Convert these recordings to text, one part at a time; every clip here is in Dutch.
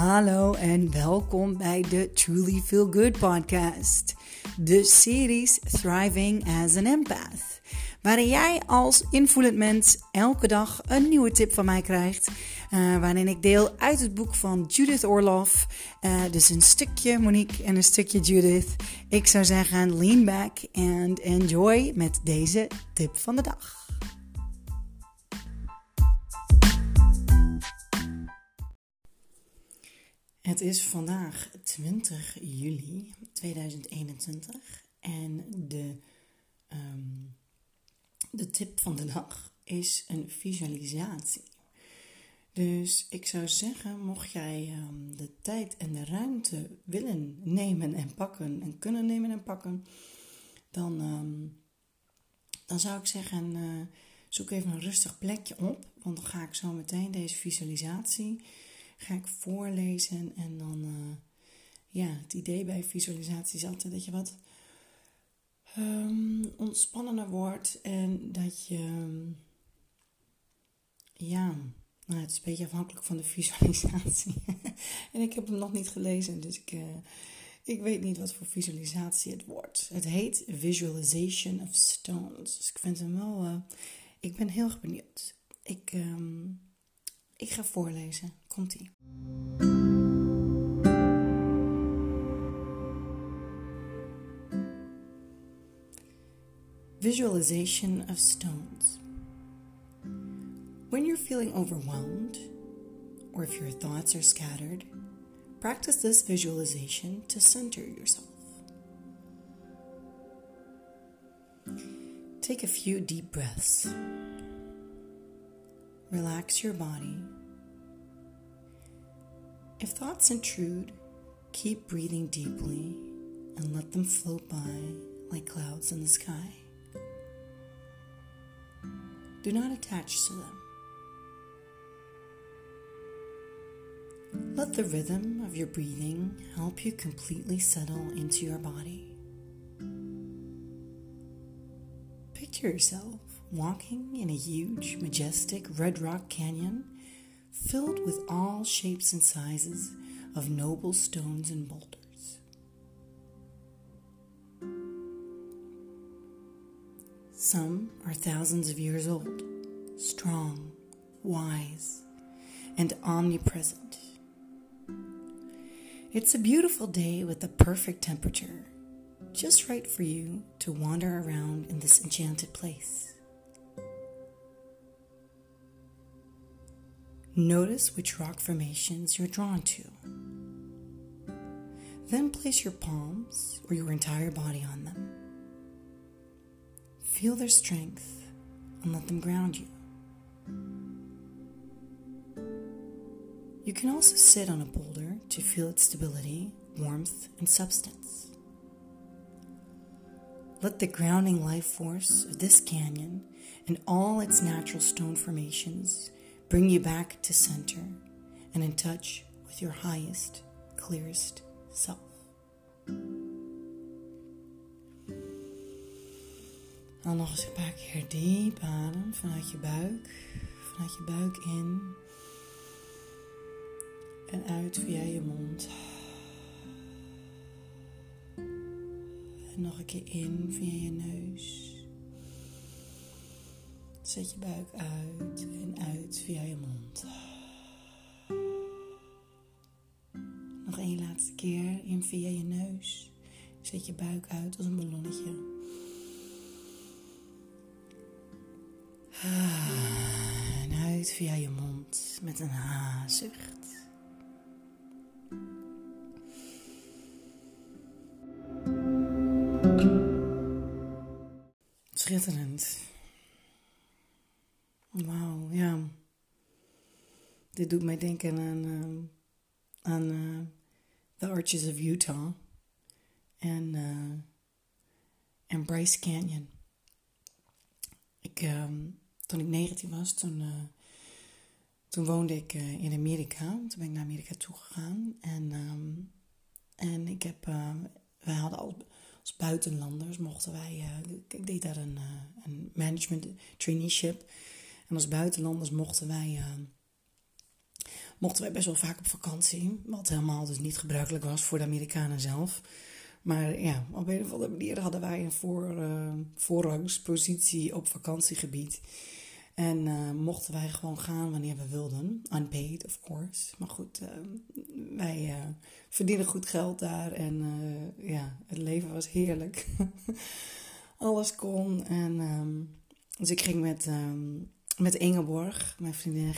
Hallo en welkom bij de Truly Feel Good podcast. De series Thriving as an Empath. Waarin jij als invoelend mens elke dag een nieuwe tip van mij krijgt. Waarin ik deel uit het boek van Judith Orloff. Dus een stukje Monique en een stukje Judith. Ik zou zeggen lean back and enjoy met deze tip van de dag. Het is vandaag 20 juli 2021 en de tip van de dag is een visualisatie. Dus ik zou zeggen, mocht jij de tijd en de ruimte willen nemen en pakken en kunnen nemen en pakken, dan zou ik zeggen, zoek even een rustig plekje op, want dan ga ik zo meteen deze visualisatie ga ik voorlezen en dan, het idee bij visualisatie is altijd dat je wat ontspannender wordt en dat je, het is een beetje afhankelijk van de visualisatie. En ik heb hem nog niet gelezen, dus ik weet niet wat voor visualisatie het wordt. Het heet Visualization of Stones, dus ik vind hem wel, ik ben heel erg benieuwd. Ik ga voorlezen. Komt-ie. Visualization of stones. When you're feeling overwhelmed, or if your thoughts are scattered, practice this visualization to center yourself. Take a few deep breaths. Relax your body. If thoughts intrude, keep breathing deeply and let them float by like clouds in the sky. Do not attach to them. Let the rhythm of your breathing help you completely settle into your body. Picture yourself walking in a huge, majestic red rock canyon filled with all shapes and sizes of noble stones and boulders. Some are thousands of years old, strong, wise, and omnipresent. It's a beautiful day with the perfect temperature, just right for you to wander around in this enchanted place. Notice which rock formations you're drawn to. Then place your palms or your entire body on them. Feel their strength and let them ground you. You can also sit on a boulder to feel its stability, warmth, and substance. Let the grounding life force of this canyon and all its natural stone formations bring you back to center and in touch with your highest, clearest self. Dan nog eens een paar keer diep adem vanuit je buik in en uit via je mond. En nog een keer in via je neus. Zet je buik uit en uit via je mond. Nog één laatste keer in via je neus. Zet je buik uit als een ballonnetje. En uit via je mond met een zucht. Schitterend. Wauw, ja. Dit doet mij denken aan The Arches of Utah en Bryce Canyon. Toen ik 19 was, toen woonde ik in Amerika. Toen ben ik naar Amerika toegegaan. En wij hadden als buitenlanders mochten wij, ik deed daar een management traineeship. En als buitenlanders mochten wij mochten wij best wel vaak op vakantie. Wat helemaal dus niet gebruikelijk was voor de Amerikanen zelf. Maar ja, op een of andere manier hadden wij een voorrangspositie op vakantiegebied. En mochten wij gewoon gaan wanneer we wilden. Unpaid, of course. Maar goed, wij verdienen goed geld daar. En ja, het leven was heerlijk. Alles kon. En dus ik ging met Ingeborg, mijn vriendin,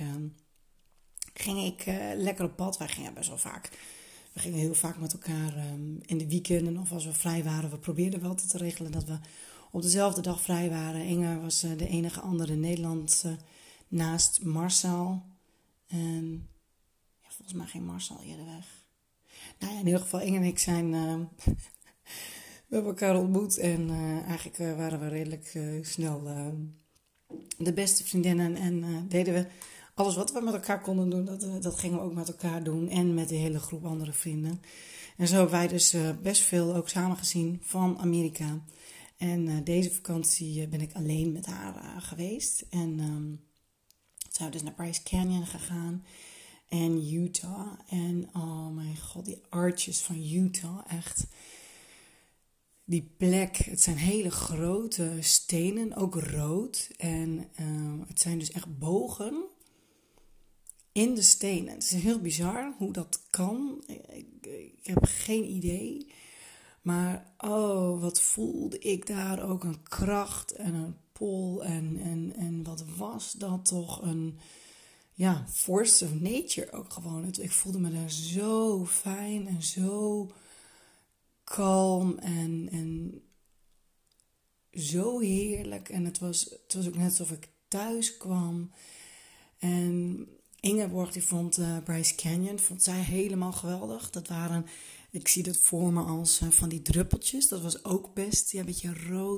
ging ik lekker op pad. Wij gingen best wel vaak. We gingen heel vaak met elkaar in de weekenden of als we vrij waren. We probeerden wel te regelen dat we op dezelfde dag vrij waren. Inge was de enige andere Nederlandse naast Marcel. En ja, volgens mij ging Marcel eerder weg. Nou ja, in ieder geval Inge en ik zijn... we hebben elkaar ontmoet en eigenlijk waren we redelijk snel de beste vriendinnen. En deden we alles wat we met elkaar konden doen, dat gingen we ook met elkaar doen. En met de hele groep andere vrienden. En zo hebben wij dus best veel ook samen gezien van Amerika. En deze vakantie ben ik alleen met haar geweest. En zijn we dus naar Bryce Canyon gegaan. En Utah. En oh mijn god, die arches van Utah, echt. Die plek, het zijn hele grote stenen, ook rood. En het zijn dus echt bogen in de stenen. Het is heel bizar hoe dat kan. Ik heb geen idee. Maar oh, wat voelde ik daar ook een kracht en een pull. En wat was dat toch een force of nature ook gewoon. Ik voelde me daar zo fijn en zo kalm en zo heerlijk. En het was ook net alsof ik thuis kwam. En Ingeborg die vond Bryce Canyon, vond zij helemaal geweldig. Dat waren, ik zie dat voor me als van die druppeltjes. Dat was ook best, een beetje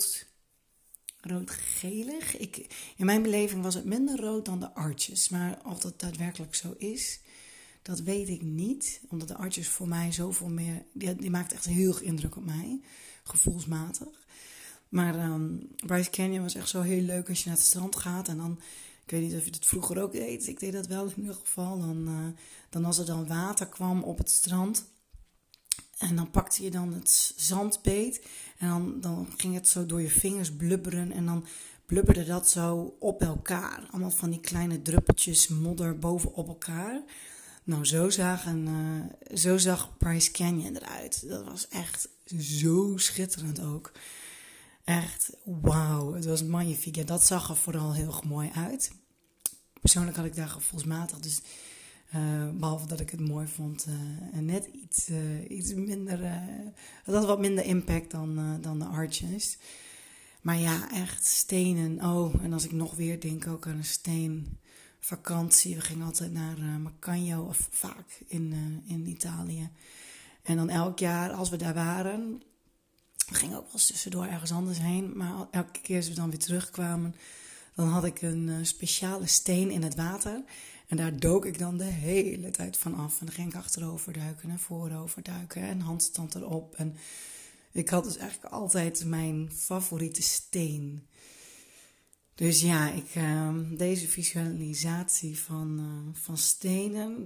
roodgelig. In mijn beleving was het minder rood dan de arches. Maar of dat daadwerkelijk zo is, dat weet ik niet. Omdat de arches voor mij zoveel meer... Die maakt echt heel erg indruk op mij. Gevoelsmatig. Maar Bryce Canyon was echt zo heel leuk als je naar het strand gaat. En dan... Ik weet niet of je dat vroeger ook deed. Ik deed dat wel in ieder geval. Dan als er dan water kwam op het strand. En dan pakte je dan het zandbeet. En dan ging het zo door je vingers blubberen. En dan blubberde dat zo op elkaar. Allemaal van die kleine druppeltjes modder bovenop elkaar. Nou, zo zag Bryce Canyon eruit. Dat was echt zo schitterend ook. Echt, wauw, het was magnifiek. En dat zag er vooral heel erg mooi uit. Persoonlijk had ik daar gevoelsmatig, dus behalve dat ik het mooi vond, net iets minder... het had wat minder impact dan de arches. Maar ja, echt stenen. Oh, en als ik nog weer denk ook aan een steenvakantie. We gingen altijd naar Macagno, of vaak in Italië. En dan elk jaar, als we daar waren... We gingen ook wel eens tussendoor ergens anders heen. Maar elke keer als we dan weer terugkwamen... dan had ik een speciale steen in het water. En daar dook ik dan de hele tijd van af. En dan ging ik achterover duiken en voorover duiken. En handstand erop. En ik had dus eigenlijk altijd mijn favoriete steen. Dus ja, deze visualisatie van stenen...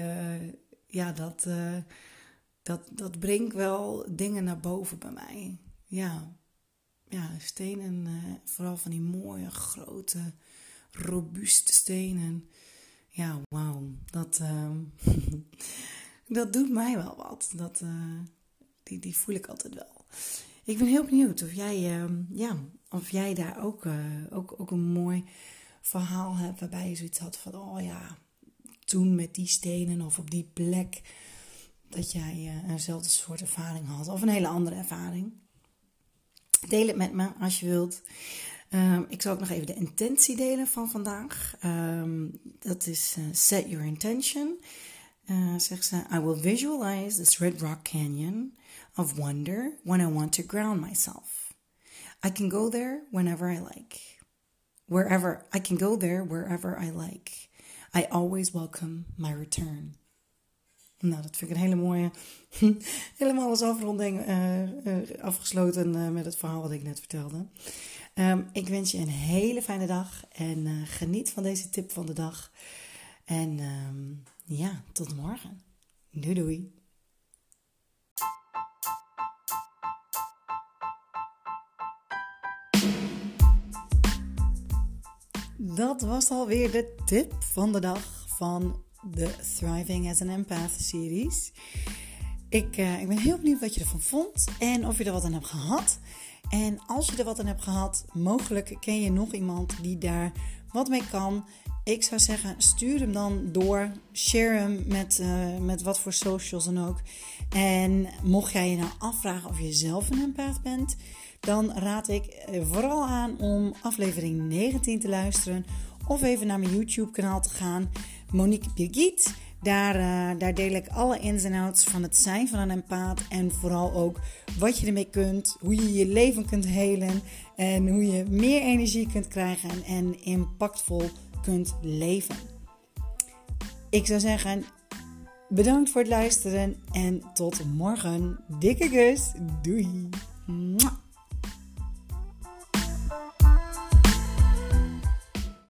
Dat brengt wel dingen naar boven bij mij. Ja, stenen, vooral van die mooie, grote, robuuste stenen. Ja, wauw. Dat doet mij wel wat. Die voel ik altijd wel. Ik ben heel benieuwd of jij daar ook een mooi verhaal hebt... waarbij je zoiets had van, oh ja, toen met die stenen of op die plek... dat jij eenzelfde soort ervaring had. Of een hele andere ervaring. Deel het met me als je wilt. Ik zal ook nog even de intentie delen van vandaag. Dat is set your intention. Zegt ze, I will visualize this red rock canyon of wonder when I want to ground myself. I can go there whenever I like. I can go there wherever I like. I always welcome my return. Nou, dat vind ik een hele mooie, helemaal als afronding afgesloten met het verhaal wat ik net vertelde. Ik wens je een hele fijne dag en geniet van deze tip van de dag. En tot morgen. Doei doei. Dat was alweer de tip van de dag van de Thriving as an Empath series. Ik ben heel benieuwd wat je ervan vond en of je er wat aan hebt gehad. En als je er wat aan hebt gehad, mogelijk ken je nog iemand die daar wat mee kan. Ik zou zeggen, stuur hem dan door. Share hem met wat voor socials dan ook. En mocht jij je nou afvragen of je zelf een empath bent, dan raad ik vooral aan om aflevering 19 te luisteren. Of even naar mijn YouTube kanaal te gaan. Monique Birgit. Daar deel ik alle ins en outs van het zijn van een empath. En vooral ook wat je ermee kunt. Hoe je je leven kunt helen. En hoe je meer energie kunt krijgen. En impactvol kunt leven. Ik zou zeggen, bedankt voor het luisteren. En tot morgen. Dikke kus. Doei. Mwah.